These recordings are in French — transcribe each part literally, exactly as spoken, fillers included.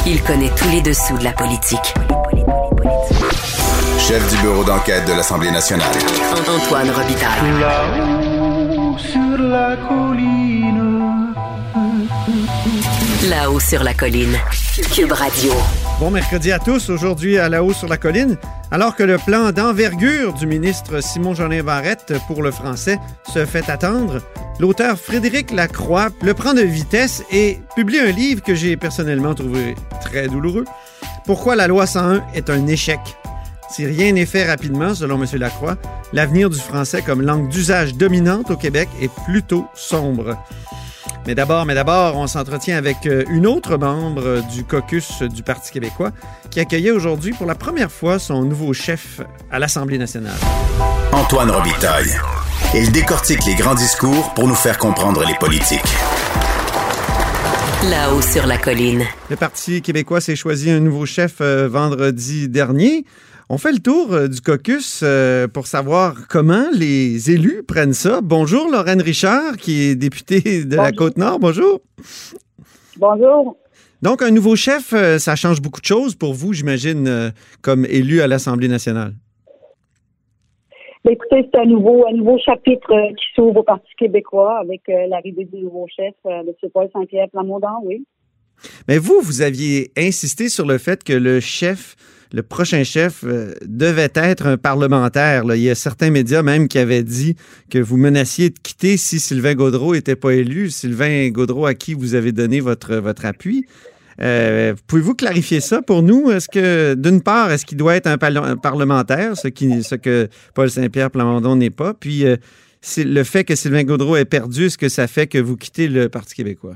Il connaît tous les dessous de la politique. Chef du bureau d'enquête de l'Assemblée nationale. Antoine Robitaille. Là-haut sur la colline. Là-haut sur la colline. Cube Radio. Bon mercredi à tous. Aujourd'hui, à La Haut sur la colline, alors que le plan d'envergure du ministre Simon-Jolin Barrette pour le français se fait attendre, l'auteur Frédéric Lacroix le prend de vitesse et publie un livre que j'ai personnellement trouvé très douloureux. Pourquoi la loi cent un est un échec? Si rien n'est fait rapidement, selon M. Lacroix, l'avenir du français comme langue d'usage dominante au Québec est plutôt sombre. Mais d'abord, mais d'abord, on s'entretient avec une autre membre du caucus du Parti québécois qui accueillait aujourd'hui pour la première fois son nouveau chef à l'Assemblée nationale. Antoine Robitaille. Il décortique les grands discours pour nous faire comprendre les politiques. Là-haut sur la colline. Le Parti québécois s'est choisi un nouveau chef euh, vendredi dernier. On fait le tour euh, du caucus euh, pour savoir comment les élus prennent ça. Bonjour, Lorraine Richard, qui est députée de Bonjour. La Côte-Nord. Bonjour. Bonjour. Donc, un nouveau chef, euh, ça change beaucoup de choses pour vous, j'imagine, euh, comme élu à l'Assemblée nationale. Bien, écoutez, c'est un nouveau, un nouveau chapitre euh, qui s'ouvre au Parti québécois avec euh, l'arrivée du nouveau chef, euh, M. Paul Saint-Pierre Plamondon, oui. Mais vous, vous aviez insisté sur le fait que le chef, le prochain chef, euh, devait être un parlementaire. Là. Il y a certains médias même qui avaient dit que vous menaciez de quitter si Sylvain Gaudreault n'était pas élu. Sylvain Gaudreault, à qui vous avez donné votre, votre appui. Euh, pouvez-vous clarifier ça pour nous? Est-ce que, d'une part, est-ce qu'il doit être un, par- un parlementaire, ce, qui, ce que Paul Saint-Pierre Plamondon n'est pas? Puis, euh, c'est le fait que Sylvain Gaudreault ait perdu, est-ce que ça fait que vous quittez le Parti québécois?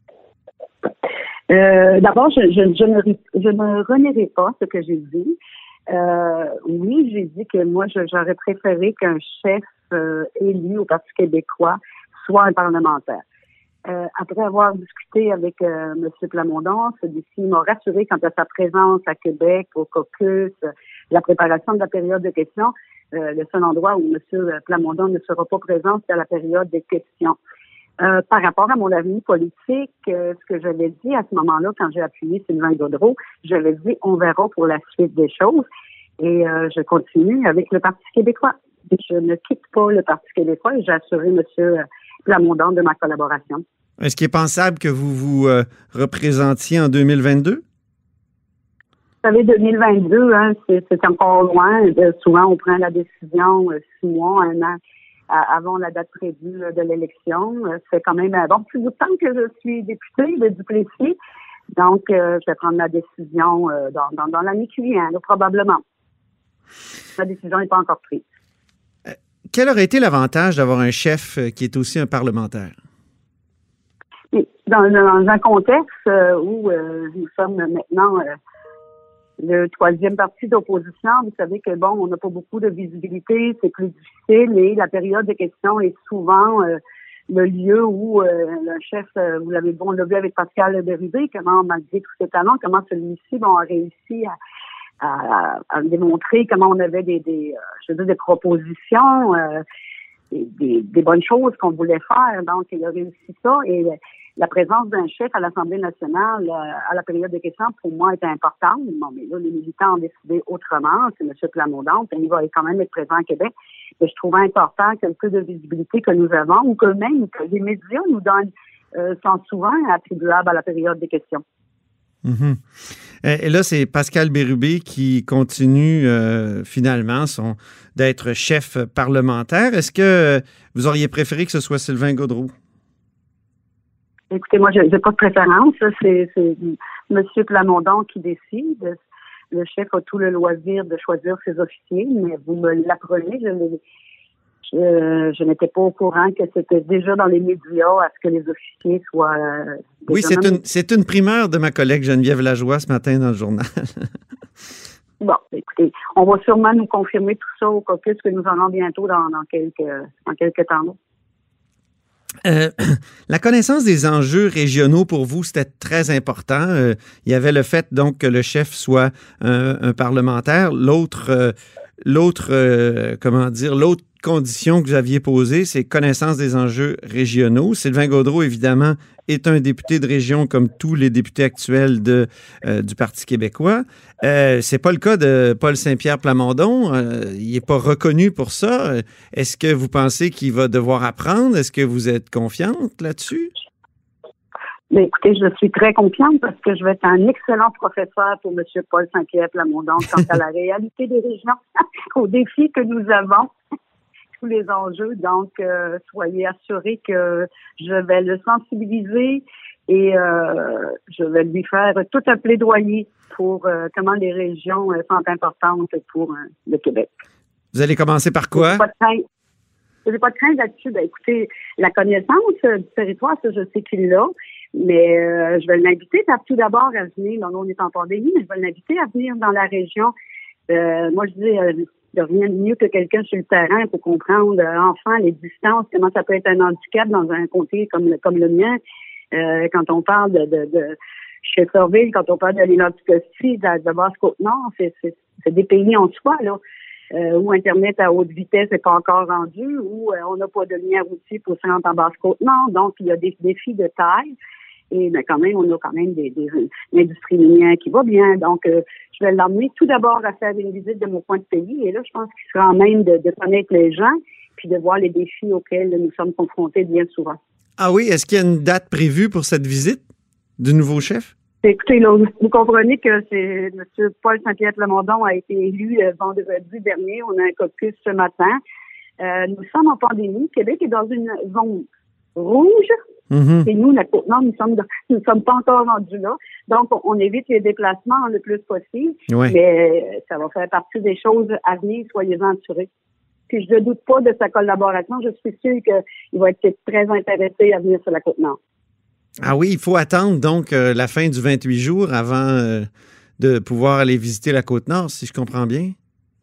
Euh, d'abord, je, je, je, ne, je ne renierai pas ce que j'ai dit. Euh, oui, j'ai dit que moi, je, j'aurais préféré qu'un chef euh, élu au Parti québécois soit un parlementaire. Euh, après avoir discuté avec euh, M. Plamondon, celui-ci m'a rassuré quant à sa présence à Québec, au caucus, euh, la préparation de la période de questions. Euh, le seul endroit où M. Plamondon ne sera pas présent, c'est à la période des questions. Euh, par rapport à mon avenir politique, euh, ce que j'avais dit à ce moment-là, quand j'ai appuyé Sylvain Gaudreault, j'avais dit on verra pour la suite des choses. Et euh, je continue avec le Parti québécois. Je ne quitte pas le Parti québécois et j'ai assuré M. Plamondon de ma collaboration. Est-ce qu'il est pensable que vous vous euh, représentiez en deux mille vingt-deux? Vous savez, deux mille vingt-deux, hein, c'est, c'est encore loin. Euh, souvent, on prend la décision euh, six mois, un an à, avant la date prévue euh, de l'élection. Euh, c'est quand même un bon plus de temps que je suis députée de Duplessis. Donc, euh, je vais prendre la décision euh, dans, dans, dans l'année qui vient, là, probablement. La décision n'est pas encore prise. Euh, quel aurait été l'avantage d'avoir un chef euh, qui est aussi un parlementaire? Dans, dans un contexte euh, où euh, nous sommes maintenant euh, le troisième parti d'opposition, vous savez que bon, on n'a pas beaucoup de visibilité, c'est plus difficile et la période de questions est souvent euh, le lieu où euh, le chef, euh, vous l'avez bon, on l'a vu avec Pascal Bérubé, comment malgré tous ses talents, comment celui-ci bon, a réussi à, à, à démontrer comment on avait des, des euh, je veux dire, des propositions, euh, des, des, des bonnes choses qu'on voulait faire. Donc, il a réussi ça et la présence d'un chef à l'Assemblée nationale euh, à la période de questions, pour moi, était importante. Bon, mais là, les militants ont décidé autrement. C'est M. Plamondon. Il va quand même être présent à Québec. Mais je trouvais important que le peu de visibilité que nous avons ou que même que les médias nous donnent euh, sont souvent attribuables à la période des questions. Mm-hmm. Et là, c'est Pascal Bérubé qui continue euh, finalement son, d'être chef parlementaire. Est-ce que vous auriez préféré que ce soit Sylvain Gaudreault? Écoutez, moi, je n'ai pas de préférence. C'est, c'est M. Plamondon qui décide. Le chef a tout le loisir de choisir ses officiers, mais vous me l'apprenez, je, je, je n'étais pas au courant que c'était déjà dans les médias à ce que les officiers soient... Euh, oui, c'est une, c'est une primeur de ma collègue Geneviève Lajoie ce matin dans le journal. Bon, écoutez, on va sûrement nous confirmer tout ça au caucus que nous aurons bientôt dans, dans, quelques, dans quelques temps. Euh, la connaissance des enjeux régionaux pour vous, c'était très important. Euh, il y avait le fait donc que le chef soit un, un parlementaire. L'autre, euh, l'autre, euh, comment dire, l'autre conditions que vous aviez posées, c'est connaissance des enjeux régionaux. Sylvain Gaudreault, évidemment, est un député de région comme tous les députés actuels de, euh, du Parti québécois. Euh, c'est pas le cas de Paul Saint-Pierre Plamondon. Euh, il n'est pas reconnu pour ça. Est-ce que vous pensez qu'il va devoir apprendre? Est-ce que vous êtes confiante là-dessus? Mais écoutez, je suis très confiante parce que je vais être un excellent professeur pour M. Paul Saint-Pierre Plamondon quant à la réalité des régions, aux défis que nous avons, tous les enjeux. Donc, euh, soyez assurés que je vais le sensibiliser et euh, je vais lui faire tout un plaidoyer pour euh, comment les régions euh, sont importantes pour euh, le Québec. Vous allez commencer par quoi? Je n'ai pas de crainte là-dessus. Ben, écoutez, la connaissance euh, du territoire, ça, je sais qu'il l'a. Mais euh, je vais l'inviter tout d'abord à venir. Non, on est en pandémie, mais je vais l'inviter à venir dans la région. Euh, moi, je dis, euh, il n'y a rien de mieux que quelqu'un sur le terrain pour comprendre euh, enfin les distances, comment ça peut être un handicap dans un comté comme le, comme le mien. Euh, quand on parle de, de, de Shefferville, quand on parle de l'Anticosti, de, de Basse-Côte-Nord, c'est, c'est, c'est des pays en soi, là. Euh, où Internet à haute vitesse n'est pas encore rendu, où euh, on n'a pas de lien routier pour se rendre en Basse-Côte-Nord. Donc, il y a des défis de taille. Et ben, quand même, on a quand même des, des, une industrie minière qui va bien. Donc, euh, je vais l'emmener tout d'abord à faire une visite de mon coin de pays. Et là, je pense qu'il sera en même de, de connaître les gens puis de voir les défis auxquels nous sommes confrontés bien souvent. Ah oui? Est-ce qu'il y a une date prévue pour cette visite du nouveau chef? Écoutez, là, vous comprenez que c'est M. Paul Saint-Pierre Plamondon a été élu le vendredi dernier. On a un caucus ce matin. Euh, nous sommes en pandémie. Québec est dans une zone rouge. Mm-hmm. Et nous, la Côte-Nord, nous sommes, nous ne sommes pas encore rendus là. Donc, on, on évite les déplacements le plus possible. Oui. Mais ça va faire partie des choses à venir, soyez-en assurés. Puis, je ne doute pas de sa collaboration. Je suis sûre qu'il va être très intéressé à venir sur la Côte-Nord. Ah oui, il faut attendre donc euh, la fin du vingt-huit jours avant euh, de pouvoir aller visiter la Côte-Nord, si je comprends bien.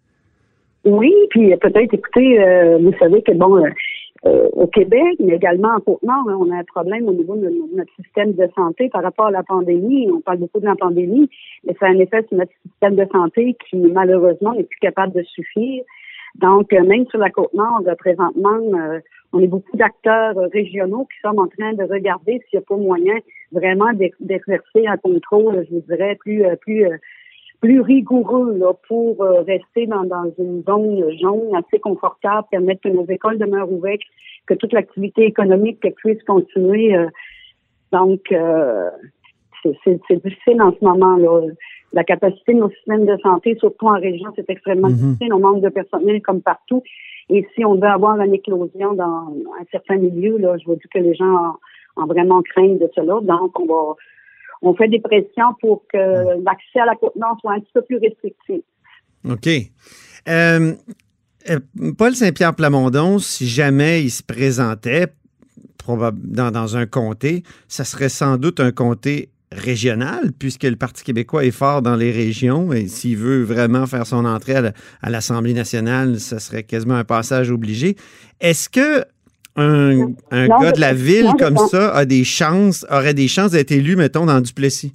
Oui, puis peut-être, écoutez, euh, vous savez que bon, euh, euh, au Québec, mais également en Côte-Nord, hein, on a un problème au niveau de, de notre système de santé par rapport à la pandémie. On parle beaucoup de la pandémie, mais ça a un effet sur notre système de santé qui, malheureusement, n'est plus capable de suffire. Donc, euh, même sur la Côte-Nord, euh, présentement, euh, on est beaucoup d'acteurs euh, régionaux qui sont en train de regarder s'il n'y a pas moyen vraiment d'exercer un contrôle, je vous dirais, plus euh, plus euh, plus rigoureux là, pour euh, rester dans, dans une zone jaune assez confortable, permettre que nos écoles demeurent ouvertes, que toute l'activité économique puisse continuer. Euh, donc, euh, c'est, c'est, c'est difficile en ce moment là. La capacité de nos systèmes de santé, surtout en région, c'est extrêmement mm-hmm. difficile. On manque de personnel comme partout. Et si on veut avoir une éclosion dans un certain milieu, là, je vous dis que les gens ont, ont vraiment crainte de cela. Donc, on va, on fait des pressions pour que l'accès à la Côte-Nord soit un petit peu plus restrictif. OK. Euh, Paul Saint-Pierre Plamondon, si jamais il se présentait probab- dans, dans un comté, ça serait sans doute un comté régional, puisque le Parti québécois est fort dans les régions et s'il veut vraiment faire son entrée à, la, à l'Assemblée nationale, ça serait quasiment un passage obligé. Est-ce que un, un non, gars de la ville non, comme ça a des chances, aurait des chances d'être élu, mettons, dans Duplessis?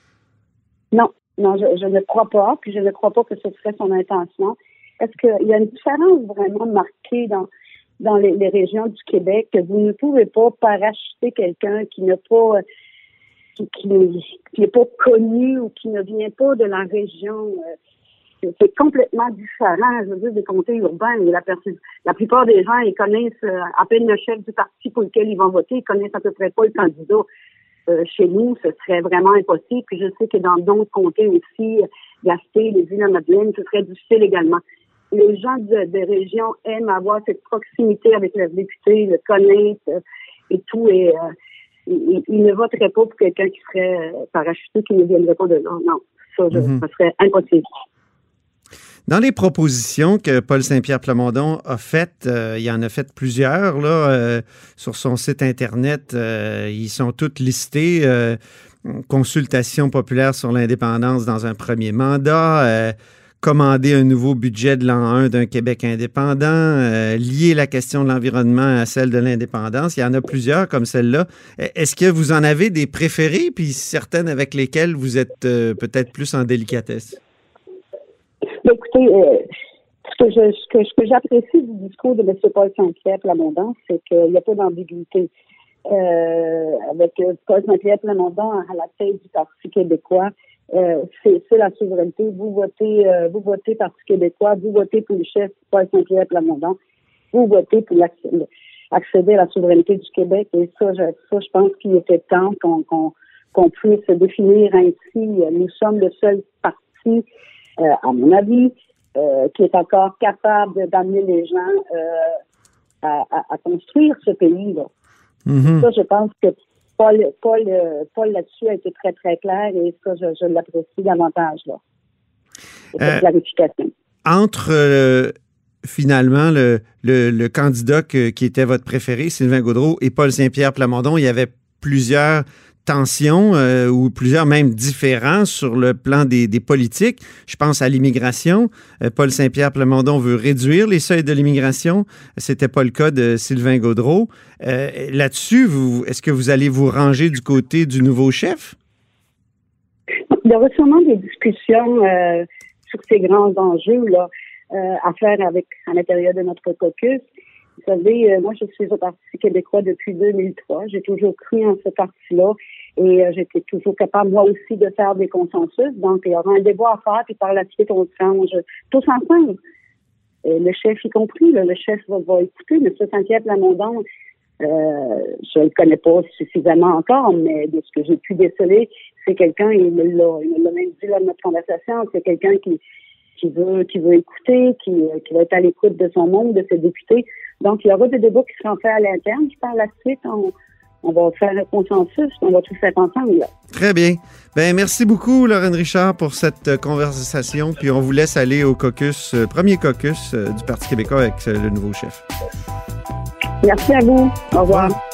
Non, non, je, je ne crois pas, puis je ne crois pas que ce serait son intention. Est-ce qu'il y a une différence vraiment marquée dans, dans les, les régions du Québec que vous ne pouvez pas parachuter quelqu'un qui n'a pas qui, qui, qui n'est pas connu ou qui ne vient pas de la région. C'est, c'est complètement différent, je veux dire, des comtés urbains. La, la plupart des gens, ils connaissent à peine le chef du parti pour lequel ils vont voter, ils connaissent à peu près pas le candidat. Euh, chez nous, ce serait vraiment impossible. Puis je sais que dans d'autres comtés aussi, Gaspé, les Îles-de-la-Madeleine, ce serait difficile également. Les gens de, des régions aiment avoir cette proximité avec leurs députés, le connaître euh, et tout. Et euh, ils, ils ne voteraient pas pour quelqu'un qui serait euh, parachuté, qui ne viendrait pas de là. Non, ça, je, mm-hmm. ça serait impossible. Dans les propositions que Paul Saint-Pierre Plamondon a faites, euh, il en a fait plusieurs là, euh, sur son site Internet. Euh, ils sont toutes listés. Euh, consultation populaire sur l'indépendance dans un premier mandat, euh, commander un nouveau budget de l'an un d'un Québec indépendant, euh, lier la question de l'environnement à celle de l'indépendance. Il y en a plusieurs comme celle-là. Est-ce que vous en avez des préférées, puis certaines avec lesquelles vous êtes euh, peut-être plus en délicatesse? Écoutez, euh, Ce que, je, ce que, ce que j'apprécie du discours de M. Paul Saint-Pierre Plamondon, c'est qu'il n'y a pas d'ambiguïté. Euh, avec Paul Saint-Pierre Plamondon à la tête du Parti québécois, euh, c'est, c'est la souveraineté. Vous votez, euh, vous votez Parti québécois, vous votez pour le chef Paul Saint-Pierre Plamondon, vous votez pour accéder à la souveraineté du Québec. Et ça, je, ça, je pense qu'il était temps qu'on, qu'on, qu'on puisse définir ainsi. Nous sommes le seul parti, euh, à mon avis, euh, qui est encore capable d'amener les gens euh, à, à, à construire ce pays-là. Mm-hmm. Ça, je pense que Paul, Paul, Paul là-dessus a été très, très clair et ça, je, je l'apprécie davantage, là. Cette euh, clarification. Entre, euh, finalement, le, le, le candidat que, qui était votre préféré, Sylvain Gaudreault, et Paul Saint-Pierre Plamondon, il y avait plusieurs tensions euh, ou plusieurs même différends sur le plan des, des politiques. Je pense à l'immigration. Euh, Paul Saint-Pierre Plamondon veut réduire les seuils de l'immigration. C'était pas le cas de Sylvain Gaudreault. Euh, là-dessus, vous, est-ce que vous allez vous ranger du côté du nouveau chef? Il y aura sûrement des discussions euh, sur ces grands enjeux-là euh, à faire avec à l'intérieur de notre caucus. Vous savez, euh, moi, je suis au Parti québécois depuis deux mille trois. J'ai toujours cru en ce parti-là et euh, j'étais toujours capable, moi aussi, de faire des consensus. Donc, il y aura un débat à faire, puis par la suite, on se change tous ensemble. Et le chef y compris, là, le chef va, va écouter. M. Saint-Pierre Plamondon, euh, je ne le connais pas suffisamment encore, mais de ce que j'ai pu déceler, c'est quelqu'un, il me l'a, il me l'a même dit lors de notre conversation, c'est quelqu'un qui qui veut, qui veut écouter, qui, qui va être à l'écoute de son monde, de ses députés. Donc, il y aura des débats qui seront faits à l'interne, puis par la suite, on, on va faire un consensus, on va tout faire ensemble, là. Très bien. Ben, merci beaucoup, Lorraine Richard, pour cette conversation, puis on vous laisse aller au caucus, euh, premier caucus euh, du Parti québécois avec euh, le nouveau chef. Merci à vous. Au revoir. Au revoir.